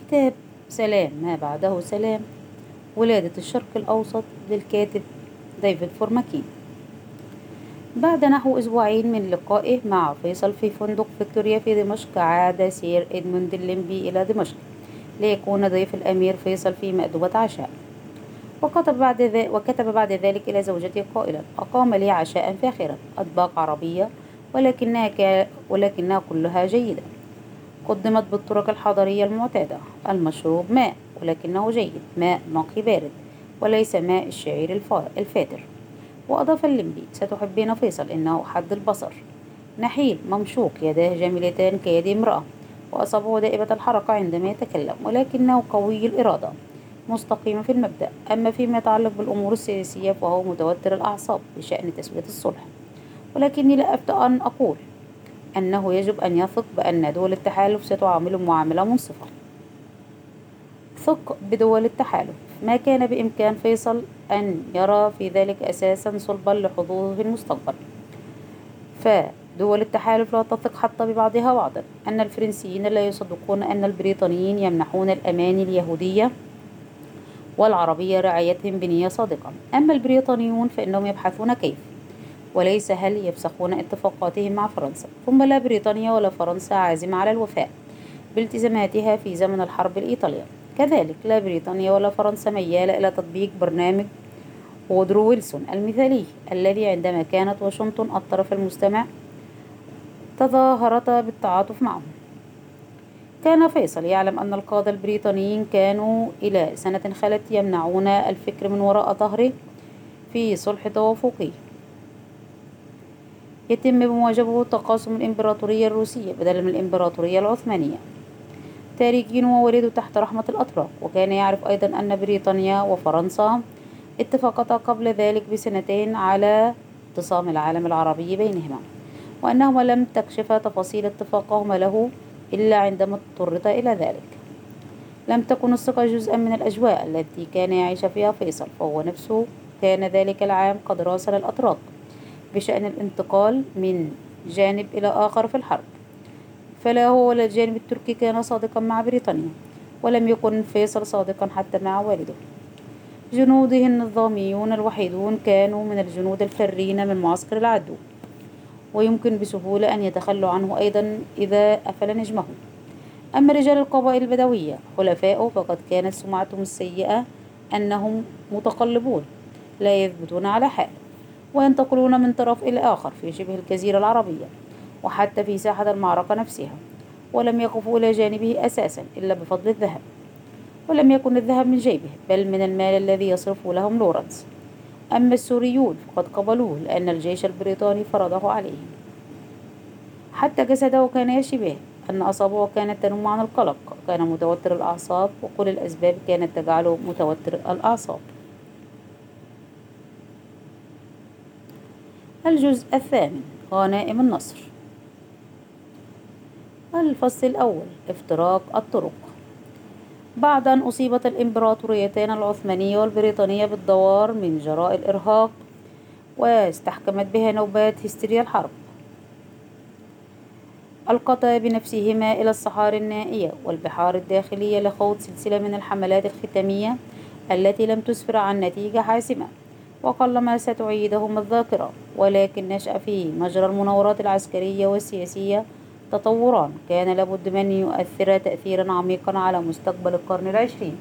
كتاب سلام ما بعده سلام، ولادة الشرق الأوسط للكاتب ديفيد فورماكين. بعد نحو أسبوعين من لقائه مع فيصل في فندق فيكتوريا في دمشق، عاد سير إدموند الليمبي إلى دمشق ليكون ضيف الأمير فيصل في مأدبة عشاء. وكتب بعد ذلك إلى زوجته قائلا: أقام لي عشاء فاخرا، أطباق عربية ولكنها كلها جيدة، قدمت بالطرق الحضارية المعتادة. المشروب ماء، ولكنه جيد، ماء نقي بارد، وليس ماء الشعير الفاتر. وأضاف الليمبي: ستحبين فيصل، إنه حد البصر، نحيل ممشوق، يداه جميلتان كيد امرأة، وأصابعه دائبة الحركة عندما يتكلم، ولكنه قوي الإرادة، مستقيم في المبدأ. أما فيما يتعلق بالأمور السياسية فهو متوتر الأعصاب بشأن تسوية الصلح، ولكني لا أفتأ أن أقول أنه يجب أن يثق بأن دول التحالف ستعامله معاملة منصفة. ثق بدول التحالف. ما كان بإمكان فيصل أن يرى في ذلك أساسا صلبا لحظوظه في المستقبل، فدول التحالف لا تثق حتى ببعضها بعضا. أن الفرنسيين لا يصدقون أن البريطانيين يمنحون الأماني اليهودية والعربية رعايتهم بنية صادقة. أما البريطانيون فإنهم يبحثون كيف، وليس هل يفسخون اتفاقاتهم مع فرنسا. ثم لا بريطانيا ولا فرنسا عازمة على الوفاء بالتزاماتها في زمن الحرب الإيطالية. كذلك لا بريطانيا ولا فرنسا ميالة إلى تطبيق برنامج وودرو ويلسون المثالي، الذي عندما كانت واشنطن الطرف المستمع تظاهرتا بالتعاطف معه. كان فيصل يعلم أن القادة البريطانيين كانوا إلى سنة خلت يمنعون الفكر من وراء ظهره في صلح توافقي يتم بموجبه تقاسم الإمبراطورية الروسية بدلا من الإمبراطورية العثمانية. تاريخيين وولده تحت رحمة الأتراك. وكان يعرف أيضا أن بريطانيا وفرنسا اتفقتا قبل ذلك بسنتين على اعتصام العالم العربي بينهما، وأنهما لم تكشفا تفاصيل اتفاقهما له إلا عندما اضطرتا إلى ذلك. لم تكن الثقة جزءا من الأجواء التي كان يعيش فيها فيصل، فهو نفسه كان ذلك العام قد راسل الأتراك بشأن الانتقال من جانب إلى آخر في الحرب، فلا هو ولا الجانب التركي كان صادقا مع بريطانيا، ولم يكن فيصل صادقا حتى مع والده. جنوده النظاميون الوحيدون كانوا من الجنود الفارين من معسكر العدو، ويمكن بسهولة أن يتخلوا عنه أيضا إذا أفل نجمه. أما رجال القبائل البدوية حلفاؤه فقد كانت سمعتهم السيئة أنهم متقلبون لا يثبتون على حال، وينتقلون من طرف إلى آخر في شبه الجزيرة العربية وحتى في ساحة المعركة نفسها، ولم يقفوا إلى جانبه أساسا إلا بفضل الذهب. ولم يكن الذهب من جيبه بل من المال الذي يصرفه لهم لورنس. أما السوريون فقد قبلوه لأن الجيش البريطاني فرضه عليهم. حتى جسده كان يشبه أن أصابعه كانت تنم عن القلق، كان متوتر الأعصاب، وكل الأسباب كانت تجعله متوتر الأعصاب. الجزء الثامن: غنائم النصر. الفصل الأول: افتراق الطرق. بعد أن أصيبت الإمبراطوريتان العثمانية والبريطانية بالدوار من جراء الإرهاق واستحكمت بها نوبات هستيريا الحرب، ألقتا بنفسهما إلى الصحاري النائية والبحار الداخلية لخوض سلسلة من الحملات الختامية التي لم تسفر عن نتيجة حاسمة، وقلما ستعيدهم الذاكرة. ولكن نشأ في مجرى المناورات العسكرية والسياسية تطوران كان لابد من يؤثر تأثيرا عميقا على مستقبل القرن العشرين.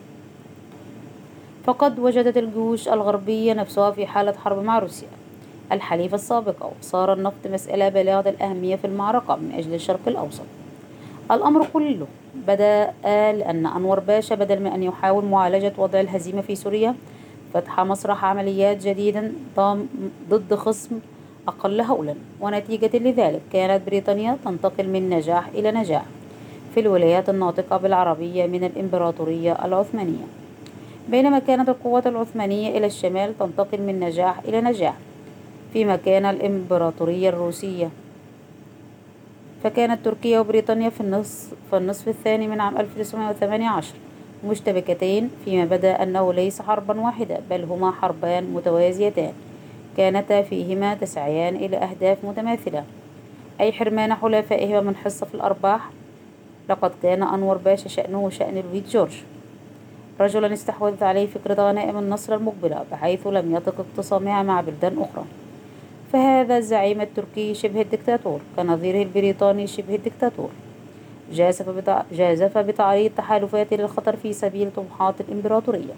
فقد وجدت الجيوش الغربية نفسها في حالة حرب مع روسيا الحليفة السابقة، وصار النفط مسألة بالغة الأهمية في المعركة من أجل الشرق الأوسط. الأمر كله بدأ لأن أنور باشا بدل من أن يحاول معالجة وضع الهزيمة في سوريا فتح مسرح عمليات جديدا ضد خصم أقل هولا، ونتيجة لذلك كانت بريطانيا تنتقل من نجاح إلى نجاح في الولايات الناطقة بالعربية من الإمبراطورية العثمانية، بينما كانت القوات العثمانية إلى الشمال تنتقل من نجاح إلى نجاح فيما كان الإمبراطورية الروسية. فكانت تركيا وبريطانيا في النصف الثاني من عام 1918 مشتبكتين، فيما بدا أنه ليس حربا واحدة بل هما حربان متوازيتان كانتا فيهما تسعيان إلى أهداف متماثلة، أي حرمان حلفائهما من حصة في الأرباح لقد كان أنور باشا شأنه شأن لويد جورج، رجلا استحوذت عليه فكرة غنائم النصر المقبلة بحيث لم يطق اقتسامها مع بلدان أخرى. فهذا الزعيم التركي شبه الدكتاتور كنظيره البريطاني شبه الدكتاتور جازف بتعريض تحالفاته للخطر في سبيل طموحات الإمبراطورية.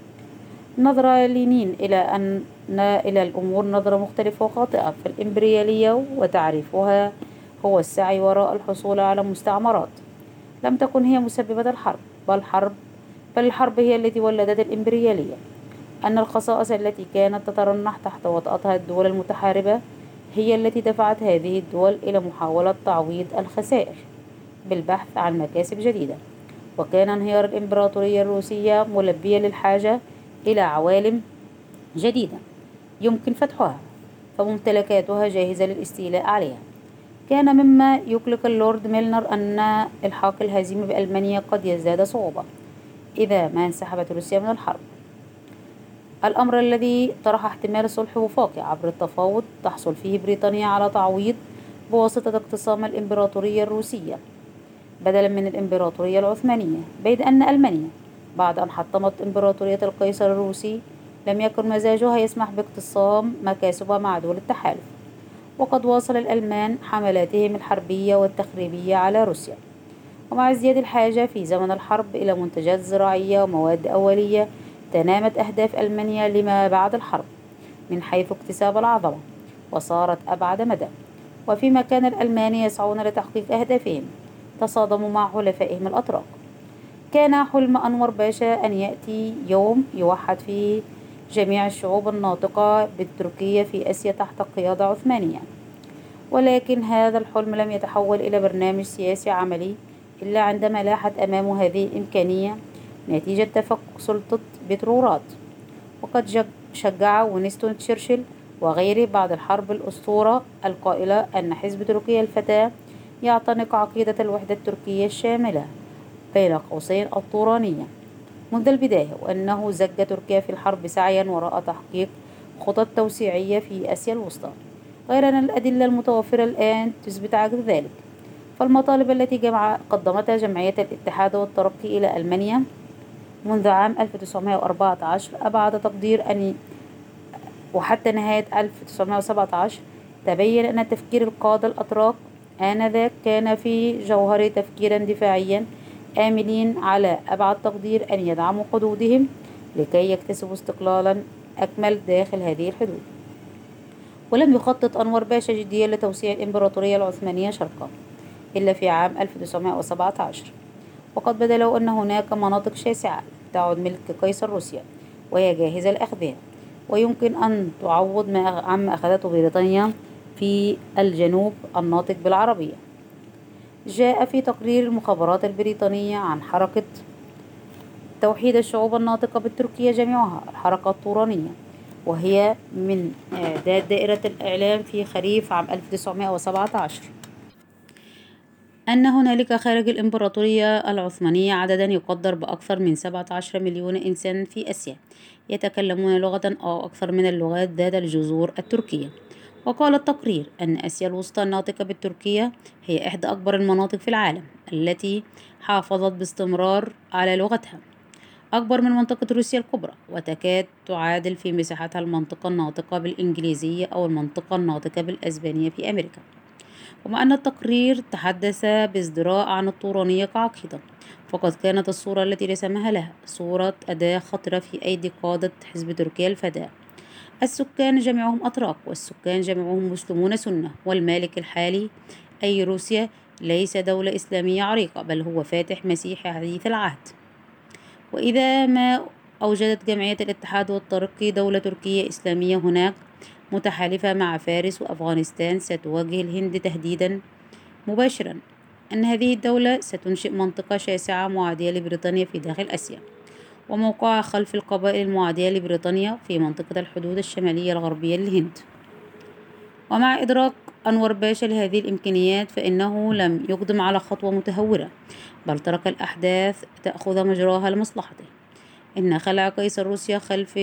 نظر لينين إلى الأمور نظرة مختلفة وخاطئة، فالإمبريالية وتعريفها هو السعي وراء الحصول على مستعمرات. لم تكن هي مسببة الحرب، بل الحرب هي التي ولدت الإمبريالية. أن الخصائص التي كانت تترنح تحت وطأتها الدول المتحاربة هي التي دفعت هذه الدول إلى محاولة تعويض الخسائر بالبحث عن مكاسب جديدة. وكان انهيار الإمبراطورية الروسية ملبيا للحاجة إلى عوالم جديدة يمكن فتحها، فممتلكاتها جاهزة للاستيلاء عليها. كان مما يقلق اللورد ميلنر أن إلحاق الهزيمة بألمانيا قد يزداد صعوبة إذا ما انسحبت روسيا من الحرب، الأمر الذي طرح احتمال صلح وفاقي عبر التفاوض تحصل فيه بريطانيا على تعويض بواسطة اقتسام الإمبراطورية الروسية بدلا من الإمبراطورية العثمانية، بيد أن ألمانيا بعد أن حطمت إمبراطورية القيصر الروسي لم يكن مزاجها يسمح باقتسام مكاسبها مع دول التحالف. وقد واصل الألمان حملاتهم الحربية والتخريبية على روسيا، ومع ازدياد الحاجة في زمن الحرب إلى منتجات زراعية ومواد أولية تنامت أهداف ألمانيا لما بعد الحرب من حيث اكتساب العظمة وصارت أبعد مدى. وفيما كان الألمان يسعون لتحقيق أهدافهم تصادموا مع حلفائهم الأتراك. كان حلم أنور باشا أن يأتي يوم يوحد فيه جميع الشعوب الناطقة بالتركية في آسيا تحت قيادة عثمانية، ولكن هذا الحلم لم يتحول إلى برنامج سياسي عملي إلا عندما لاحت أمامه هذه الإمكانية نتيجة تفكك سلطة بترورات. وقد شجع وينستون تشرشل وغيره بعد الحرب الأسطورة القائلة أن حزب تركيا الفتاة يعتنق عقيدة الوحدة التركية الشاملة بين قوسين الطورانية منذ البداية، وأنه زج تركيا في الحرب سعيا وراء تحقيق خطط توسيعية في آسيا الوسطى، غير أن الأدلة المتوفرة الآن تثبت عكس ذلك. فالمطالب التي قدمتها جمعية الاتحاد والترقي إلى ألمانيا منذ عام 1914 أبعد تقدير وحتى نهاية 1917 تبين أن تفكير القادة الأتراك آنذاك كان في جوهره تفكيرا دفاعيا، آملين على أبعد تقدير أن يدعموا حدودهم لكي يكتسبوا استقلالا أكمل داخل هذه الحدود. ولم يخطط أنور باشا جديا لتوسيع الإمبراطورية العثمانية شرقا إلا في عام 1917، وقد بدا له أن هناك مناطق شاسعة تعد ملك قيصر روسيا وهي جاهزة لأخذها، ويمكن أن تعوض عما أخذته بريطانيا في الجنوب الناطق بالعربية. جاء في تقرير المخابرات البريطانية عن حركة توحيد الشعوب الناطقة بالتركية جميعها الحركة الطورانية، وهي من إعداد دائرة الإعلام في خريف عام 1917 أن هنالك خارج الإمبراطورية العثمانية عددا يقدر بأكثر من 17 مليون إنسان في آسيا يتكلمون لغة أو أكثر من اللغات ذات الجذور التركية. وقال التقرير أن آسيا الوسطى الناطقة بالتركية هي إحدى أكبر المناطق في العالم التي حافظت باستمرار على لغتها، أكبر من منطقة روسيا الكبرى، وتكاد تعادل في مساحتها المنطقة الناطقة بالإنجليزية أو المنطقة الناطقة بالأسبانية في أمريكا. ومع أن التقرير تحدث بازدراء عن الطورانية كعقيدة، فقد كانت الصورة التي رسمها لها صورة أداة خطرة في أيدي قادة حزب تركيا الفتاة. السكان جميعهم أتراك، والسكان جميعهم مسلمون سنة، والمالك الحالي أي روسيا ليس دولة إسلامية عريقة، بل هو فاتح مسيحي حديث العهد. وإذا ما أوجدت جمعية الاتحاد والترقي دولة تركية إسلامية هناك متحالفة مع فارس وأفغانستان، ستواجه الهند تهديدا مباشرا أن هذه الدولة ستنشئ منطقة شاسعة معادية لبريطانيا في داخل آسيا، وموقعها خلف القبائل المعادية لبريطانيا في منطقة الحدود الشمالية الغربية للهند. ومع إدراك أنور باشا لهذه الإمكانيات فإنه لم يقدم على خطوة متهورة، بل ترك الأحداث تأخذ مجراها لمصلحته. إن خلع قيصر روسيا خلف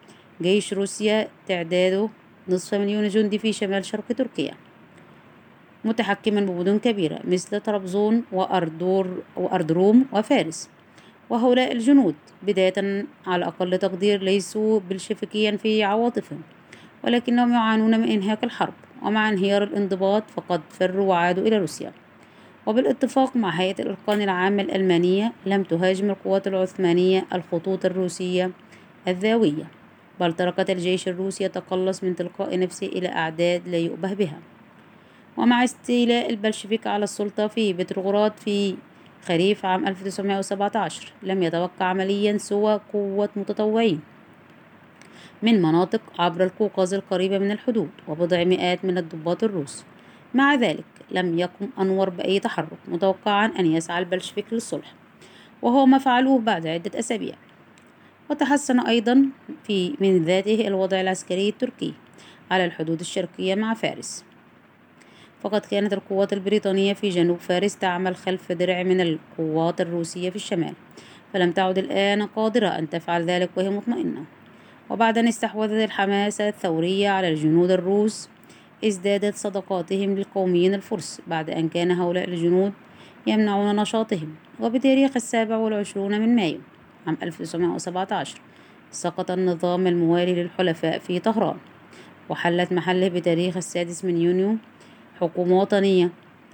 جيش روسيا تعداده 500,000 جندي في شمال شرق تركيا، متحكما بمدن كبيرة مثل طرابزون وأردروم وفارس. وهؤلاء الجنود بداية على أقل تقدير ليسوا بلشفيكيا في عواطفهم، ولكنهم يعانون من إنهاك الحرب، ومع انهيار الانضباط فقد فروا وعادوا إلى روسيا. وبالاتفاق مع هيئة الإتقان العامة الألمانية لم تهاجم القوات العثمانية الخطوط الروسية الذاوية، بل تركت الجيش الروسي يتقلص من تلقاء نفسه إلى أعداد لا يؤبه بها. ومع استيلاء البلشفيك على السلطة في بتروغراد في خريف عام 1917 لم يتبقى عمليا سوى قوة متطوعين من مناطق عبر القوقاز القريبة من الحدود وبضع مئات من الضباط الروس. مع ذلك لم يقم أنور بأي تحرك، متوقعا أن يسعى البلشفيك للصلح، وهو ما فعلوه بعد عدة أسابيع. وتحسن أيضا من ذاته الوضع العسكري التركي على الحدود الشرقية مع فارس، فقد كانت القوات البريطانية في جنوب فارس تعمل خلف درع من القوات الروسية في الشمال، فلم تعد الآن قادرة أن تفعل ذلك وهي مطمئنة. وبعد أن استحوذت الحماسة الثورية على الجنود الروس ازدادت صداقاتهم للقوميين الفرس بعد أن كان هؤلاء الجنود يمنعون نشاطهم. وبتاريخ 27 من مايو عام 1917 سقط النظام الموالي للحلفاء في طهران، وحلت محله بتاريخ 6 من يونيو حكومة وطنية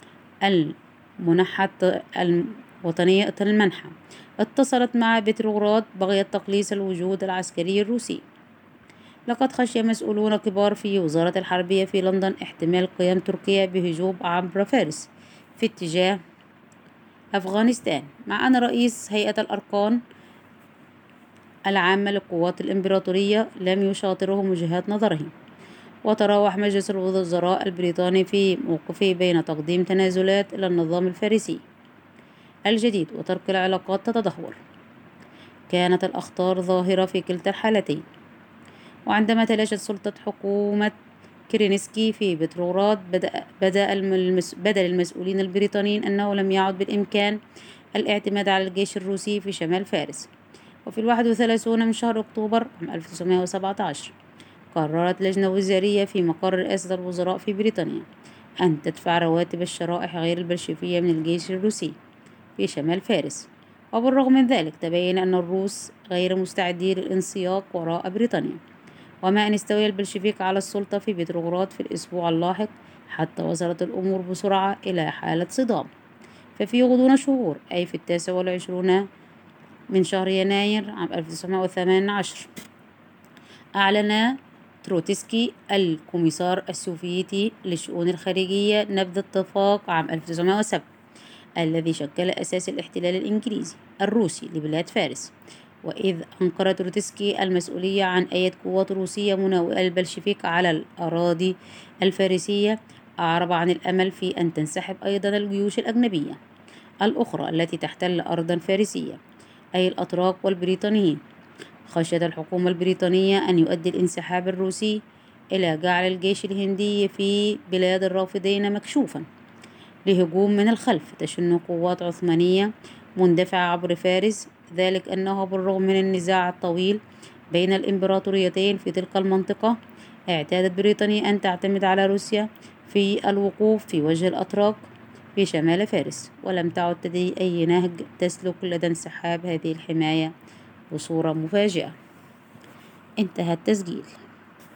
وطنية المنحى اتصلت مع بتروغراد بغية تقليص الوجود العسكري الروسي. لقد خشي مسؤولون كبار في وزارة الحربية في لندن احتمال قيام تركيا بهجوم عبر فارس في اتجاه أفغانستان، مع أن رئيس هيئة الأركان العامة للقوات الإمبراطورية لم يشاطره وجهات نظره. وتراوح مجلس الوزراء البريطاني في موقفه بين تقديم تنازلات إلى النظام الفارسي الجديد وترك العلاقات تتدهور. كانت الأخطار ظاهرة في كلتا الحالتين. وعندما تلاشت سلطة حكومة كيرينسكي في بتروغراد بدأ المسؤولين البريطانيين أنه لم يعد بالإمكان الاعتماد على الجيش الروسي في شمال فارس. وفي 31 من شهر أكتوبر عام 1917 قررت لجنة وزارية في مقر رئاسة الوزراء في بريطانيا أن تدفع رواتب الشرائح غير البلشفية من الجيش الروسي في شمال فارس. وبالرغم من ذلك تبين أن الروس غير مستعدين للانسياق وراء بريطانيا، وما أن استولى البلشفيك على السلطة في بتروغراد في الأسبوع اللاحق حتى وصلت الأمور بسرعة إلى حالة صدام. ففي غضون شهور، أي في 29 من شهر يناير عام 1918 أعلن تروتسكي الكوميسار السوفيتي للشؤون الخارجية نبذ اتفاق عام 1907 الذي شكل أساس الاحتلال الإنجليزي الروسي لبلاد فارس. وإذ أنكر تروتسكي المسؤولية عن أي قوات روسية مناوئة للبلشفيك على الأراضي الفارسية، أعرب عن الأمل في أن تنسحب أيضا الجيوش الأجنبية الأخرى التي تحتل أرضا فارسية، أي الأتراك والبريطانيين. خشيت الحكومة البريطانية أن يؤدي الانسحاب الروسي إلى جعل الجيش الهندي في بلاد الرافدين مكشوفا لهجوم من الخلف تشن قوات عثمانية مندفعة عبر فارس، ذلك أنه بالرغم من النزاع الطويل بين الإمبراطوريتين في تلك المنطقة اعتادت بريطانيا أن تعتمد على روسيا في الوقوف في وجه الأتراك في شمال فارس، ولم تعد تدري أي نهج تسلك لدى انسحاب هذه الحماية بصورة مفاجئة. انتهى التسجيل.